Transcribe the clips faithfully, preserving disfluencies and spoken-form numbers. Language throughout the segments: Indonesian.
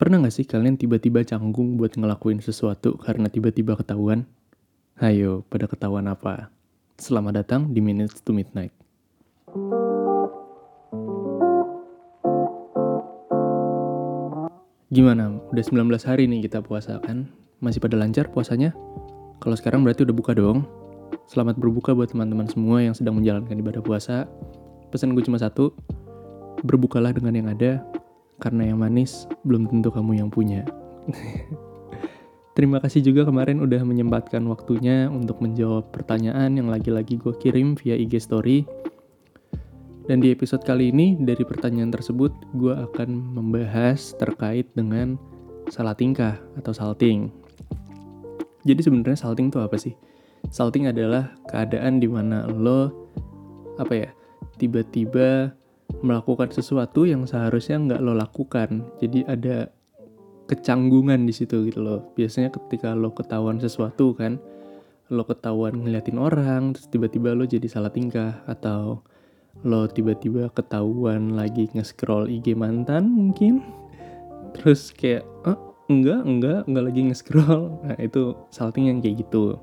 Pernah gak sih kalian tiba-tiba canggung buat ngelakuin sesuatu karena tiba-tiba ketahuan? Hayo, pada ketahuan apa? Selamat datang di Minutes to Midnight. Gimana? Udah sembilan belas hari nih kita puasa kan? Masih pada lancar puasanya? Kalau sekarang berarti udah buka dong. Selamat berbuka buat teman-teman semua yang sedang menjalankan ibadah puasa. Pesan gue cuma satu, berbukalah dengan yang ada, karena yang manis belum tentu kamu yang punya. Terima kasih juga kemarin udah menyempatkan waktunya untuk menjawab pertanyaan yang lagi-lagi gue kirim via I G Story. Dan di episode kali ini, dari pertanyaan tersebut, gue akan membahas terkait dengan salah tingkah atau salting. Jadi sebenarnya salting itu apa sih? Salting adalah keadaan di mana lo, apa ya, tiba-tiba melakukan sesuatu yang seharusnya nggak lo lakukan. Jadi ada kecanggungan di situ gitu loh. Biasanya ketika lo ketahuan sesuatu kan, lo ketahuan ngeliatin orang, terus tiba-tiba lo jadi salah tingkah, atau lo tiba-tiba ketahuan lagi nge-scroll I G mantan mungkin, terus kayak, oh enggak, enggak, enggak lagi nge-scroll. Nah itu salting yang kayak gitu.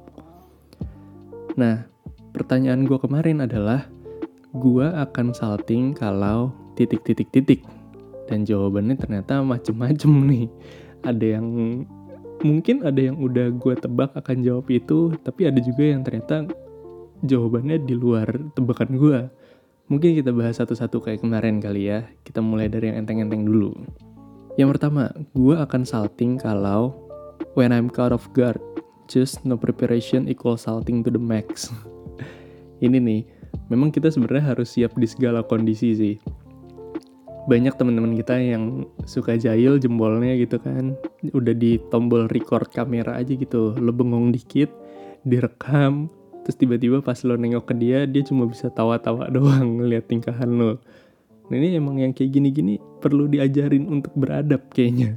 Nah, pertanyaan gue kemarin adalah, gue akan salting kalau titik-titik-titik. Dan jawabannya ternyata macem-macem nih. Ada yang, mungkin ada yang udah gue tebak akan jawab itu, tapi ada juga yang ternyata jawabannya di luar tebakan gue. Mungkin kita bahas satu-satu kayak kemarin kali ya. Kita mulai dari yang enteng-enteng dulu. Yang pertama, gue akan salting kalau when I'm caught off guard, just no preparation equals salting to the max. Ini nih, memang kita sebenarnya harus siap di segala kondisi sih. Banyak teman-teman kita yang suka jahil jempolnya gitu kan, udah di tombol record kamera aja gitu, lo bengong dikit, direkam, terus tiba-tiba pas lo nengok ke dia, dia cuma bisa tawa-tawa doang ngeliat tingkahan lo. Nah ini emang yang kayak gini-gini perlu diajarin untuk beradab kayaknya.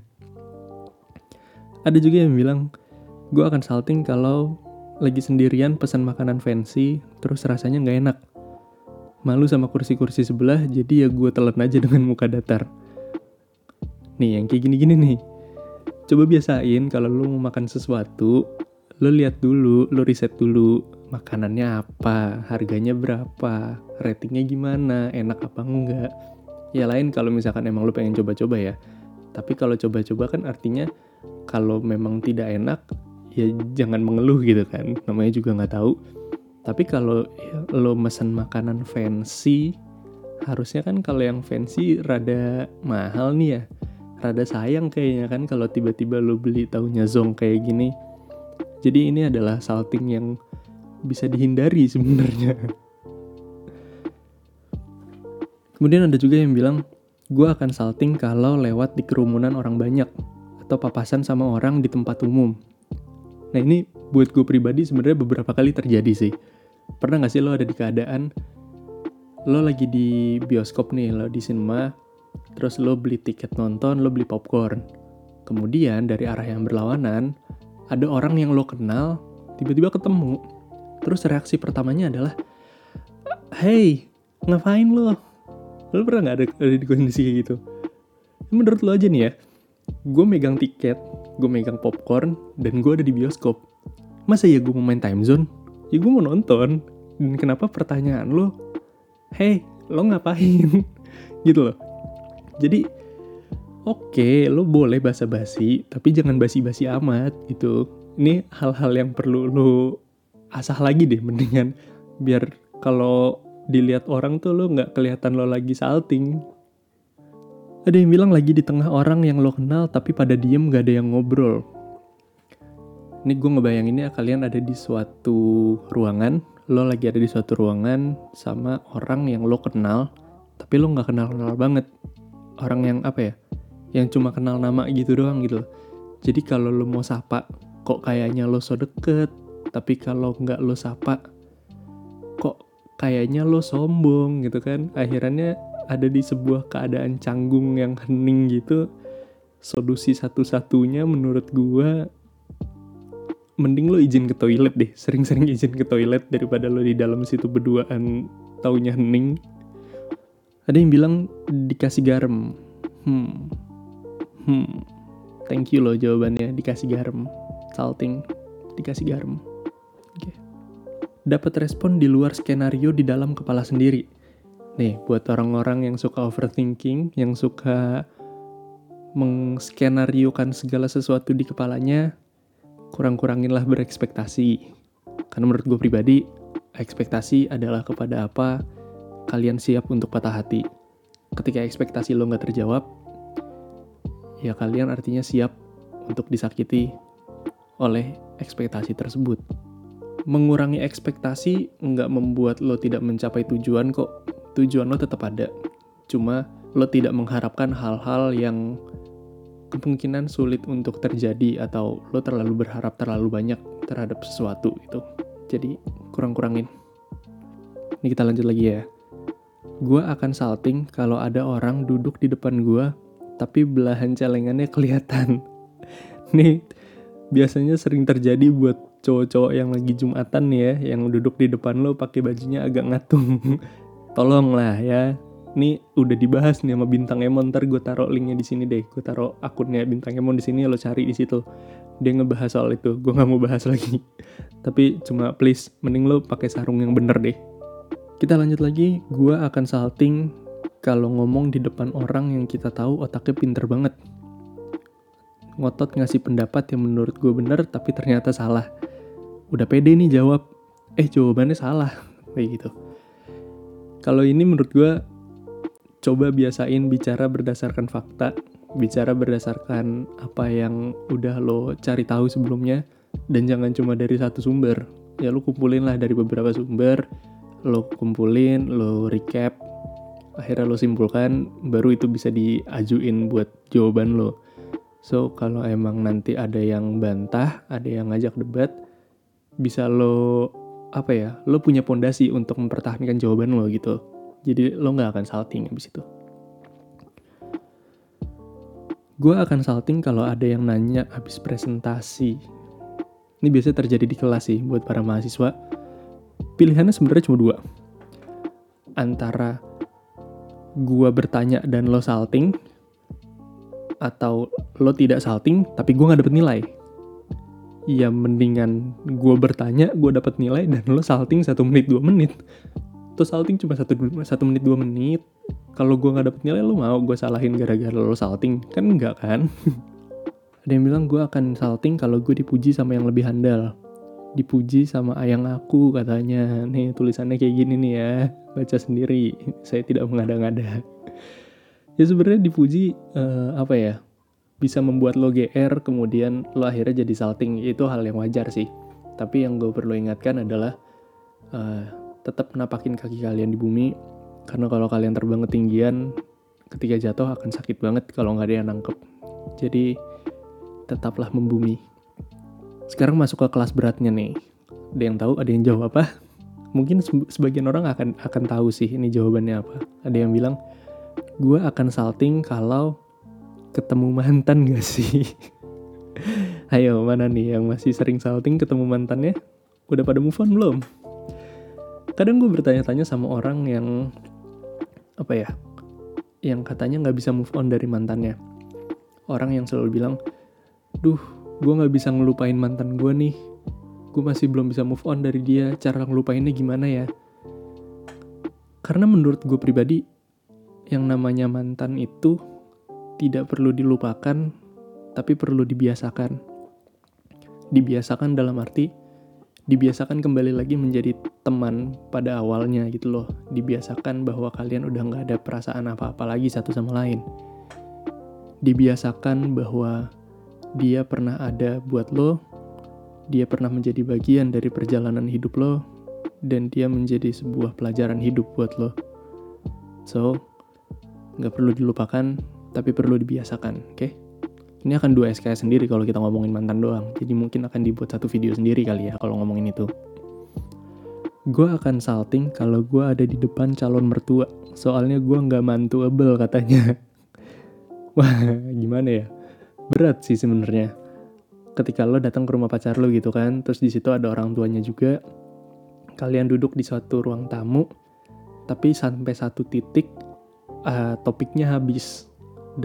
Ada juga yang bilang, gue akan salting kalau lagi sendirian pesan makanan fancy, terus rasanya gak enak. Malu sama kursi-kursi sebelah, jadi ya gue telan aja dengan muka datar. Nih yang kayak gini-gini nih, coba biasain kalau lo mau makan sesuatu, lo lihat dulu, lo riset dulu, makanannya apa, harganya berapa, ratingnya gimana, enak apa enggak. Ya lain kalau misalkan emang lo pengen coba-coba ya. Tapi kalau coba-coba kan artinya kalau memang tidak enak, ya jangan mengeluh gitu kan, namanya juga gak tahu. Tapi kalau ya, lo mesen makanan fancy, harusnya kan kalau yang fancy rada mahal nih ya, rada sayang kayaknya kan kalau tiba-tiba lo beli taunya zonk kayak gini. Jadi ini adalah salting yang bisa dihindari sebenarnya. Kemudian ada juga yang bilang, gue akan salting kalau lewat di kerumunan orang banyak atau papasan sama orang di tempat umum. Nah ini buat gue pribadi sebenarnya beberapa kali terjadi sih. Pernah gak sih lo ada di keadaan lo lagi di bioskop nih, lo di cinema, terus lo beli tiket nonton, lo beli popcorn. Kemudian dari arah yang berlawanan, ada orang yang lo kenal, tiba-tiba ketemu. Terus reaksi pertamanya adalah, hey, ngapain lo? Lo pernah gak ada, ada di kondisi kayak gitu? Menurut lo aja nih ya, gue megang tiket, gue megang popcorn, dan gue ada di bioskop. Masa ya gue mau main time zone? Ya gue mau nonton. Dan kenapa pertanyaan lo, hey, lo ngapain? Gitu loh. Jadi, oke, okay, lo boleh basa-basi, tapi jangan basi-basi amat gitu. Ini hal-hal yang perlu lo asah lagi deh, mendingan biar kalau dilihat orang tuh lo nggak kelihatan lo lagi salting. Ada yang bilang lagi di tengah orang yang lo kenal, tapi pada diem nggak ada yang ngobrol. Ini gue ngebayanginnya kalian ada di suatu ruangan, lo lagi ada di suatu ruangan sama orang yang lo kenal, tapi lo nggak kenal-kenal banget. Orang yang apa ya, yang cuma kenal nama gitu doang gitu. Jadi kalau lo mau sapa, kok kayaknya lo so deket, tapi kalau nggak lo sapa, kok kayaknya lo sombong gitu kan. Akhirnya ada di sebuah keadaan canggung yang hening gitu. Solusi satu-satunya menurut gue, mending lo izin ke toilet deh. Sering-sering izin ke toilet daripada lo di dalam situ berduaan taunya hening. Ada yang bilang dikasih garam. Hmm. Hmm. Thank you loh jawabannya, dikasih garam. Salting, dikasih garam. Oke. Okay. Dapat respon di luar skenario di dalam kepala sendiri. Nih, buat orang-orang yang suka overthinking, yang suka mengskenariokan segala sesuatu di kepalanya, kurang-kuranginlah berekspektasi. Karena menurut gue pribadi, ekspektasi adalah kepada apa kalian siap untuk patah hati. Ketika ekspektasi lo gak terjawab, ya kalian artinya siap untuk disakiti oleh ekspektasi tersebut. Mengurangi ekspektasi nggak membuat lo tidak mencapai tujuan kok. Tujuan lo tetap ada. Cuma lo tidak mengharapkan hal-hal yang kemungkinan sulit untuk terjadi atau lo terlalu berharap terlalu banyak terhadap sesuatu itu. Jadi kurang-kurangin. Ini kita lanjut lagi ya. Gue akan salting kalau ada orang duduk di depan gue tapi belahan celengannya kelihatan. Nih biasanya sering terjadi buat cowok-cowok yang lagi Jumatan nih ya, yang duduk di depan lo pakai bajunya agak ngatung. Tolonglah ya. Ini udah dibahas nih sama Bintang Emon, ntar gue taruh linknya di sini deh. Gue taruh akunnya Bintang Emon di sini, lo cari di situ. Dia ngebahas soal itu. Gue nggak mau bahas lagi. Tapi cuma please, mending lo pakai sarung yang bener deh. Kita lanjut lagi. Gue akan salting kalau ngomong di depan orang yang kita tahu otaknya pinter banget. Ngotot ngasih pendapat yang menurut gue bener tapi ternyata salah. Udah pede nih jawab, eh jawabannya salah, kayak gitu. Kalau ini menurut gue, coba biasain bicara berdasarkan fakta, bicara berdasarkan apa yang udah lo cari tahu sebelumnya, dan jangan cuma dari satu sumber. Ya lo kumpulin lah dari beberapa sumber, lo kumpulin, lo recap, akhirnya lo simpulkan, baru itu bisa diajuin buat jawaban lo. So, kalau emang nanti ada yang bantah, ada yang ngajak debat, bisa lo, apa ya, lo punya pondasi untuk mempertahankan jawaban lo gitu. Jadi lo gak akan salting abis itu. Gue akan salting kalau ada yang nanya abis presentasi. Ini biasanya terjadi di kelas sih, buat para mahasiswa. Pilihannya sebenarnya cuma dua. Antara gue bertanya dan lo salting, atau lo tidak salting tapi gue gak dapet nilai. Ya mendingan gue bertanya, gue dapet nilai, dan lo salting satu menit dua menit. Terus salting cuma satu menit dua menit. Kalau gue gak dapet nilai, lo mau gue salahin gara-gara lo salting? Kan enggak kan? Ada yang bilang gue akan salting kalau gue dipuji sama yang lebih handal. Dipuji sama ayang aku katanya. Nih tulisannya kayak gini nih ya, baca sendiri, saya tidak mengada-ngada. Ya sebenarnya dipuji uh, apa ya, bisa membuat lo G R, kemudian lo akhirnya jadi salting. Itu hal yang wajar sih. Tapi yang gue perlu ingatkan adalah uh, tetap napakin kaki kalian di bumi. Karena kalau kalian terbang ketinggian, ketika jatuh akan sakit banget kalau gak ada yang nangkep. Jadi tetaplah membumi. Sekarang masuk ke kelas beratnya nih. Ada yang tahu, ada yang jawab apa? Mungkin sebagian orang akan akan tahu sih ini jawabannya apa. Ada yang bilang, gue akan salting kalau ketemu mantan gak sih? Ayo, mana nih yang masih sering salting ketemu mantannya? Udah pada move on belum? Kadang gue bertanya-tanya sama orang yang, apa ya, yang katanya gak bisa move on dari mantannya. Orang yang selalu bilang, duh, gue gak bisa ngelupain mantan gue nih. Gue masih belum bisa move on dari dia. Cara ngelupainnya gimana ya? Karena menurut gue pribadi, yang namanya mantan itu tidak perlu dilupakan, tapi perlu dibiasakan. Dibiasakan dalam arti, dibiasakan kembali lagi menjadi teman pada awalnya gitu loh. Dibiasakan bahwa kalian udah gak ada perasaan apa-apa lagi satu sama lain. Dibiasakan bahwa dia pernah ada buat lo, dia pernah menjadi bagian dari perjalanan hidup lo, dan dia menjadi sebuah pelajaran hidup buat lo. So, gak perlu dilupakan, tapi perlu dibiasakan, oke? Okay? Ini akan dua S K S sendiri kalau kita ngomongin mantan doang. Jadi mungkin akan dibuat satu video sendiri kali ya kalau ngomongin itu. Gue akan salting kalau gue ada di depan calon mertua. Soalnya gue gak mantuable katanya. Wah, gimana ya? Berat sih sebenarnya. Ketika lo datang ke rumah pacar lo gitu kan, terus di situ ada orang tuanya juga. Kalian duduk di suatu ruang tamu, tapi sampai satu titik uh, topiknya habis. Dan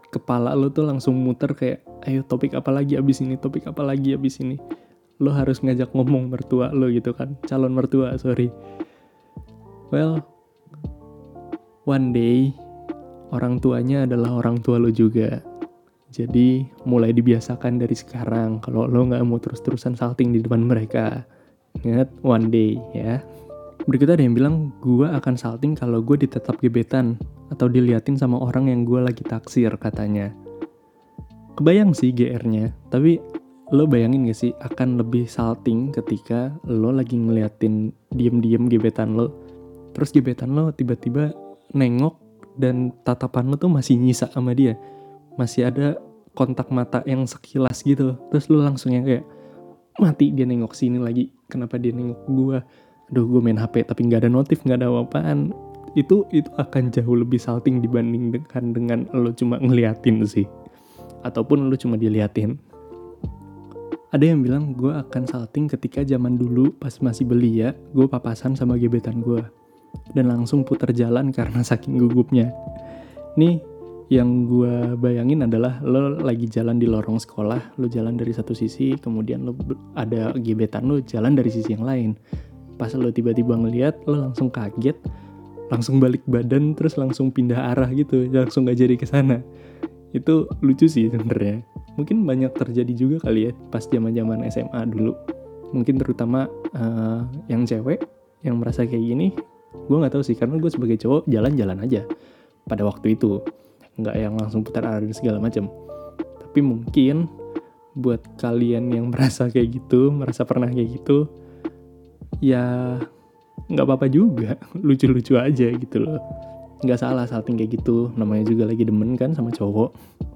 kepala lo tuh langsung muter kayak, ayo topik apa lagi abis ini, topik apa lagi abis ini. Lo harus ngajak ngomong mertua lo gitu kan, calon mertua, sorry. Well, one day, orang tuanya adalah orang tua lo juga. Jadi, mulai dibiasakan dari sekarang kalau lo gak mau terus-terusan salting di depan mereka. Ingat, one day ya. Berikutnya ada yang bilang, gue akan salting kalau gue ditetap gebetan atau diliatin sama orang yang gue lagi taksir katanya. Kebayang sih G R-nya, tapi lo bayangin gak sih akan lebih salting ketika lo lagi ngeliatin diem-diem gebetan lo, terus gebetan lo tiba-tiba nengok dan tatapan lo tuh masih nyisa sama dia, masih ada kontak mata yang sekilas gitu, terus lo langsung yang kayak, mati dia nengok sini lagi, kenapa dia nengok gue, aduh gue main H P tapi gak ada notif, gak ada apa-apaan. Itu itu akan jauh lebih salting dibanding dengan, dengan lo cuma ngeliatin sih, ataupun lo cuma diliatin. Ada yang bilang gue akan salting ketika zaman dulu pas masih belia, gue papasan sama gebetan gue dan langsung putar jalan karena saking gugupnya. Nih yang gue bayangin adalah lo lagi jalan di lorong sekolah, lo jalan dari satu sisi, kemudian lo ada gebetan lo jalan dari sisi yang lain. Pas lo tiba-tiba ngeliat, lo langsung kaget, langsung balik badan, terus langsung pindah arah gitu, langsung gak jadi kesana. Itu lucu sih sebenarnya. Mungkin banyak terjadi juga kali ya pas zaman-zaman S M A dulu. Mungkin terutama uh, yang cewek yang merasa kayak gini, gue nggak tahu sih karena gue sebagai cowok jalan-jalan aja pada waktu itu, nggak yang langsung putar arah dan segala macam. Tapi mungkin buat kalian yang merasa kayak gitu, merasa pernah kayak gitu, ya nggak apa-apa juga, lucu-lucu aja gitu loh. Nggak salah salting kayak gitu, namanya juga lagi demen kan sama cowok.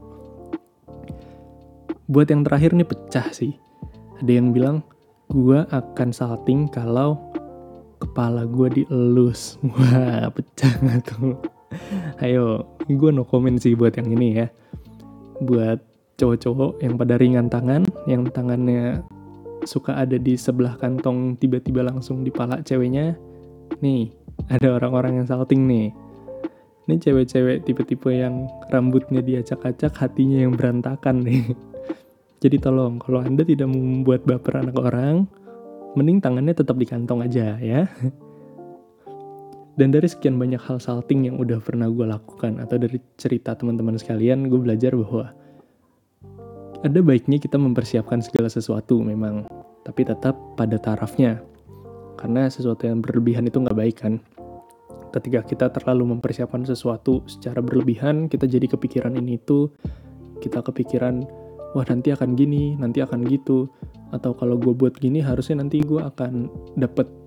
Buat yang terakhir nih pecah sih. Ada yang bilang, gue akan salting kalau kepala gue dielus. Wah, pecah gak tuh? Ayo, gue no comment sih buat yang ini ya. Buat cowok-cowok yang pada ringan tangan, yang tangannya suka ada di sebelah kantong, tiba-tiba langsung di pala ceweknya. Nih, ada orang-orang yang salting nih. Ini cewek-cewek tipe-tipe yang rambutnya diacak-acak, hatinya yang berantakan nih. Jadi tolong, kalau Anda tidak membuat baper anak orang, mending tangannya tetap di kantong aja ya. Dan dari sekian banyak hal salting yang udah pernah gue lakukan, atau dari cerita teman-teman sekalian, gue belajar bahwa ada baiknya kita mempersiapkan segala sesuatu memang, tapi tetap pada tarafnya. Karena sesuatu yang berlebihan itu gak baik kan. Ketika kita terlalu mempersiapkan sesuatu secara berlebihan, kita jadi kepikiran ini itu, kita kepikiran, wah nanti akan gini, nanti akan gitu, atau kalau gue buat gini harusnya nanti gue akan dapet